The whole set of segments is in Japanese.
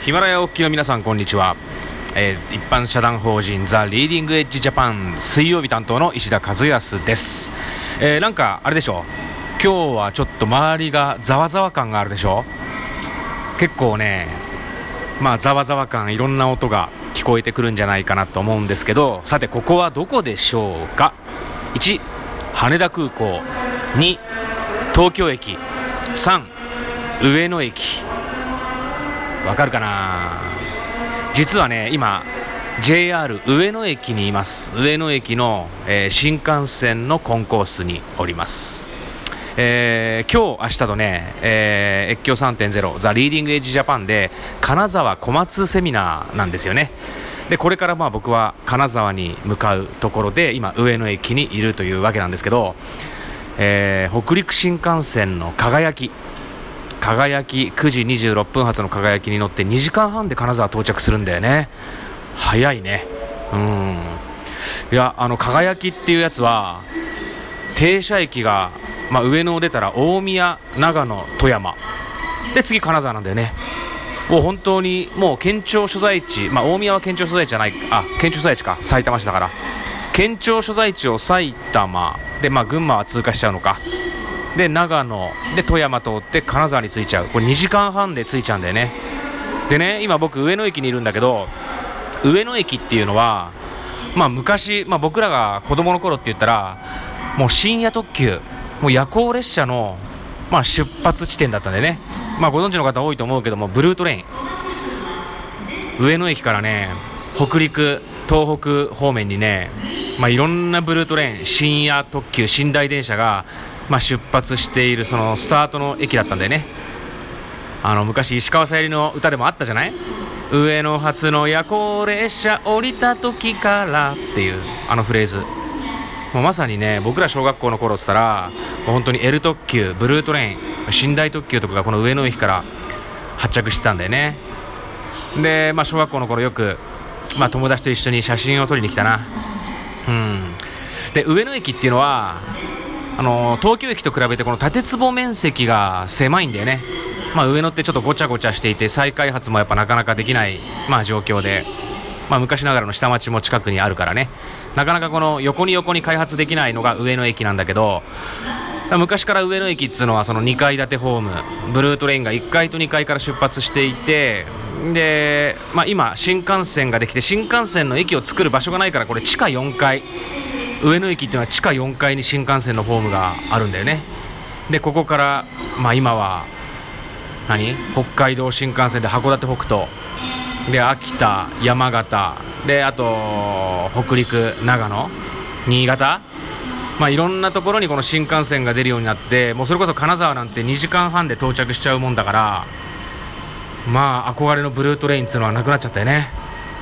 ヒマラヤお聞きの皆さん、こんにちは。一般社団法人ザ・リーディングエッジジャパン水曜日担当の石田和康です。なんかあれでしょ、今日はちょっと周りがざわざわ感があるでしょ。結構ね、ざわざわ感、いろんな音が聞こえてくるんじゃないかなと思うんですけど、さてここはどこでしょうか。1、羽田空港。2、東京駅。3、上野駅。わかるかな。実はね、今 JR 上野駅にいます。上野駅の、新幹線のコンコースにおります。今日明日とね、越境 3.0 ザ・リーディングエッジジャパンで金沢小松セミナーなんですよね。でこれから僕は金沢に向かうところで今上野駅にいるというわけなんですけど、北陸新幹線の輝き9時26分発の輝きに乗って2時間半で金沢到着するんだよね。早いね。いや、輝きっていうやつは停車駅が、上野を出たら大宮、長野、富山で次金沢なんだよね。もう本当にもう県庁所在地、大宮は県庁所在地じゃない、県庁所在地か、埼玉市だから県庁所在地を埼玉で、群馬は通過しちゃうのかで、長野で富山通って金沢に着いちゃう。これ2時間半で着いちゃうんだよね。でね、今僕上野駅にいるんだけど、上野駅っていうのは昔、僕らが子供の頃って言ったらもう深夜特急、もう夜行列車の、出発地点だったんでね。ご存知の方多いと思うけども、ブルートレイン、上野駅からね北陸東北方面にね、いろんなブルートレイン、深夜特急、寝台電車が出発しているそのスタートの駅だったんだよね。昔石川さゆりの歌でもあったじゃない。上野発の夜行列車降りた時からっていうフレーズ、もうまさにね、僕ら小学校の頃っつったらもう本当に L 特急、ブルートレイン、寝台特急とかがこの上野駅から発着してたんだよね。で、小学校の頃よく、友達と一緒に写真を撮りに来たな。で上野駅っていうのは東京駅と比べてこの建坪面積が狭いんだよね。上野ってちょっとごちゃごちゃしていて再開発もやっぱなかなかできない、状況で、昔ながらの下町も近くにあるからね、なかなかこの横に開発できないのが上野駅なんだけど、昔から上野駅っつうのはその2階建てホーム、ブルートレインが1階と2階から出発していて、で、今新幹線ができて新幹線の駅を作る場所がないから、これ地下4階、上野駅っていうのは地下4階に新幹線のホームがあるんだよね。でここから、今は北海道新幹線で函館北斗で秋田、山形で、あと北陸、長野、新潟、いろんなところにこの新幹線が出るようになって、もうそれこそ金沢なんて2時間半で到着しちゃうもんだから、憧れのブルートレインっていうのはなくなっちゃったよね。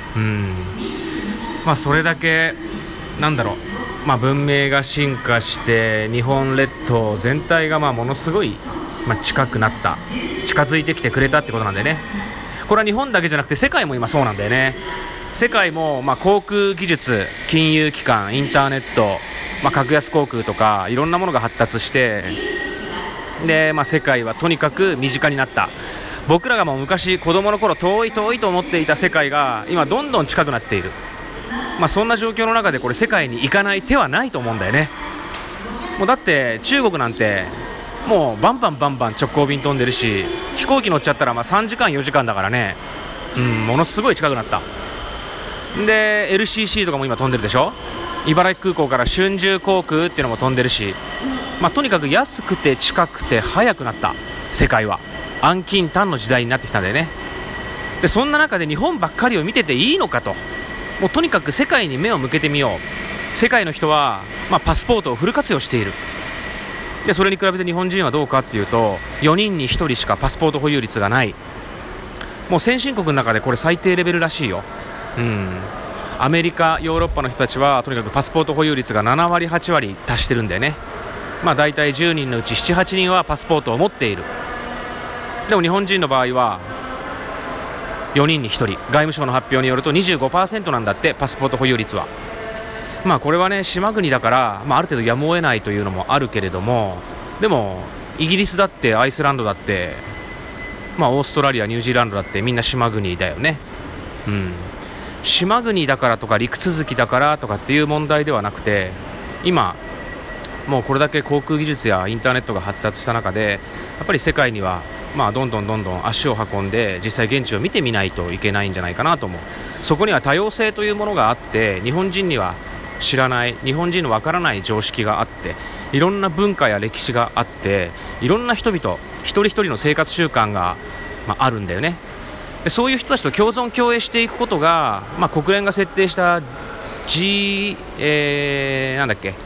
それだけ文明が進化して日本列島全体がものすごい、近づいてきてくれたってことなんだよね。これは日本だけじゃなくて世界も今そうなんだよね。世界も、航空技術、金融機関、インターネット、格安航空とかいろんなものが発達して、で、世界はとにかく身近になった。僕らがもう昔子供の頃遠いと思っていた世界が今どんどん近くなっている。そんな状況の中でこれ世界に行かない手はないと思うんだよね。もうだって中国なんてもうバンバン直行便飛んでるし、飛行機乗っちゃったら3時間4時間だからね、ものすごい近くなった。で LCC とかも今飛んでるでしょ。茨城空港から春秋航空っていうのも飛んでるし、とにかく安くて近くて早くなった。世界は安近短の時代になってきたんだよね。でそんな中で日本ばっかりを見てていいのかと、もうとにかく世界に目を向けてみよう。世界の人は、パスポートをフル活用している。でそれに比べて日本人はどうかっていうと、4人に1人しかパスポート保有率がない。もう先進国の中でこれ最低レベルらしいよ。アメリカ、ヨーロッパの人たちはとにかくパスポート保有率が7割8割達してるんだよね。だいたい10人のうち 7,8 人はパスポートを持っている。でも日本人の場合は4人に1人、外務省の発表によると 25% なんだって、パスポート保有率は。これはね、島国だから、ある程度やむを得ないというのもあるけれども、でもイギリスだってアイスランドだってまあオーストラリア、ニュージーランドだってみんな島国だよね。島国だからとか陸続きだからとかっていう問題ではなくて、今もうこれだけ航空技術やインターネットが発達した中で、やっぱり世界にはまあどんどん足を運んで実際現地を見てみないといけないんじゃないかなと思う。そこには多様性というものがあって、日本人には知らない、日本人のわからない常識があって、いろんな文化や歴史があって、いろんな人々一人一人の生活習慣が、あるんだよね。でそういう人たちと共存共栄していくことが、国連が設定した なんだっけ、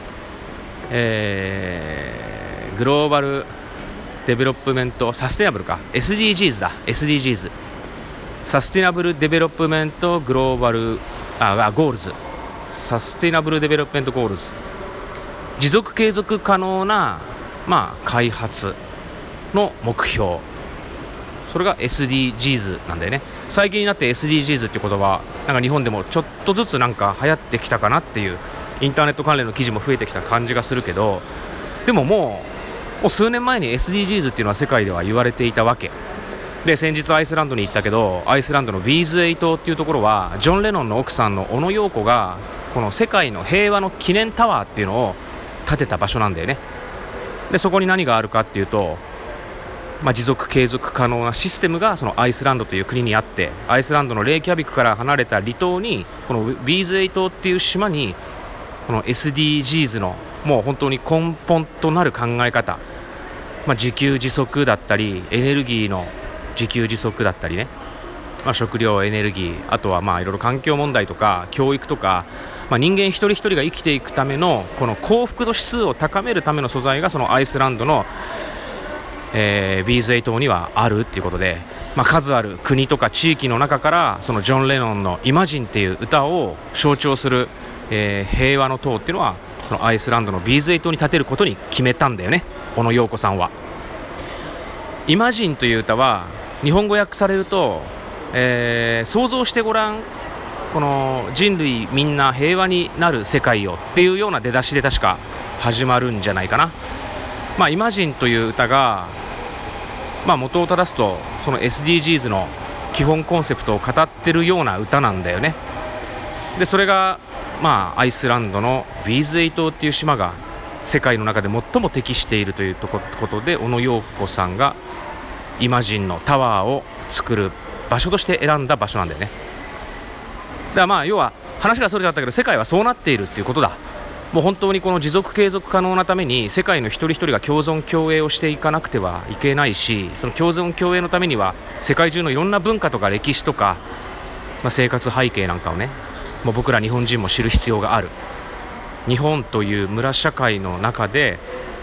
グローバルデベロップメントサステナブルか SDGs だ SDGs サステナブルデベロップメントグローバルゴールズサステナブルデベロップメントゴールズ、持続継続可能な、開発の目標、それが SDGs なんだよね。最近になって SDGs っていう言葉、なんか日本でもちょっとずつなんか流行ってきたかなっていう、インターネット関連の記事も増えてきた感じがするけど、でももう数年前に SDGs っていうのは世界では言われていたわけで、先日アイスランドに行ったけど、アイスランドのビーズエイ島っていうところはジョン・レノンの奥さんの小野陽子がこの世界の平和の記念タワーっていうのを建てた場所なんだよね。でそこに何があるかっていうと、持続継続可能なシステムがそのアイスランドという国にあって、アイスランドのレイキャビクから離れた離島にこのビーズエイ島っていう島にこの SDGs のもう本当に根本となる考え方、自給自足だったりエネルギーの自給自足だったりね、食料エネルギー、あとはいろいろ環境問題とか教育とか、人間一人一人が生きていくためのこの幸福度指数を高めるための素材がそのアイスランドの、ビーズエイ島にはあるっていうことで、数ある国とか地域の中からそのジョン・レノンのイマジンっていう歌を象徴する、平和の塔っていうのはそのアイスランドのビーズエイ島に建てることに決めたんだよね、小野陽子さんは。イマジンという歌は日本語訳されると、想像してごらん、この人類みんな平和になる世界をっていうような出だしで確か始まるんじゃないかな。イマジンという歌が、元を正すとその SDGs の基本コンセプトを語ってるような歌なんだよね。でそれがアイスランドのビーズエイ島っていう島が世界の中で最も適しているということで、小野陽子さんがイマジンのタワーを作る場所として選んだ場所なんだよね。だから要は話がそれちゃったけど、世界はそうなっているっていうことだ。もう本当にこの持続継続可能なために世界の一人一人が共存共栄をしていかなくてはいけないし、その共存共栄のためには世界中のいろんな文化とか歴史とか、生活背景なんかをね、もう僕ら日本人も知る必要がある。日本という村社会の中で、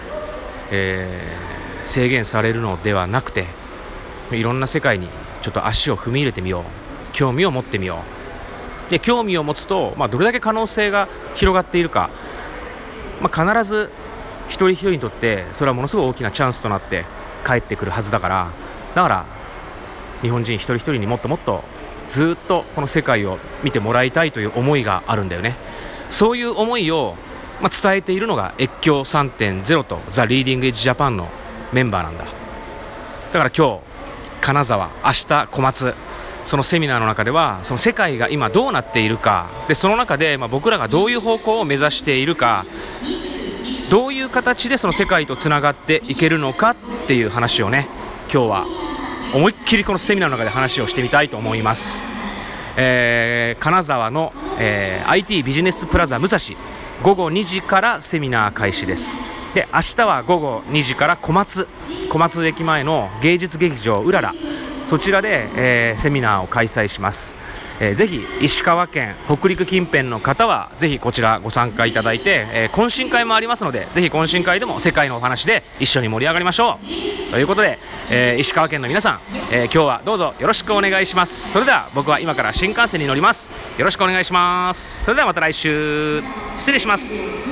制限されるのではなくて、いろんな世界にちょっと足を踏み入れてみよう、興味を持ってみよう。で興味を持つと、どれだけ可能性が広がっているか、必ず一人一人にとってそれはものすごい大きなチャンスとなって帰ってくるはずだから、日本人一人一人にもっともっとずっとこの世界を見てもらいたいという思いがあるんだよね。そういう思いを、伝えているのが越境 3.0 とザ・リーディングエッジジャパンのメンバーなんだ。だから今日金沢、明日小松、そのセミナーの中ではその世界が今どうなっているかで、その中で僕らがどういう方向を目指しているか、どういう形でその世界とつながっていけるのかっていう話をね、今日は思いっきりこのセミナーの中で話をしてみたいと思います。金沢の、IT ビジネスプラザ武蔵、午後2時からセミナー開始です。で明日は午後2時から小松駅前の芸術劇場うらら、そちらで、セミナーを開催します。ぜひ石川県北陸近辺の方はぜひこちらご参加いただいて、懇親会もありますので、ぜひ懇親会でも世界のお話で一緒に盛り上がりましょうということで、石川県の皆さん、今日はどうぞよろしくお願いします。それでは僕は今から新幹線に乗ります。よろしくお願いします。それではまた来週、失礼します。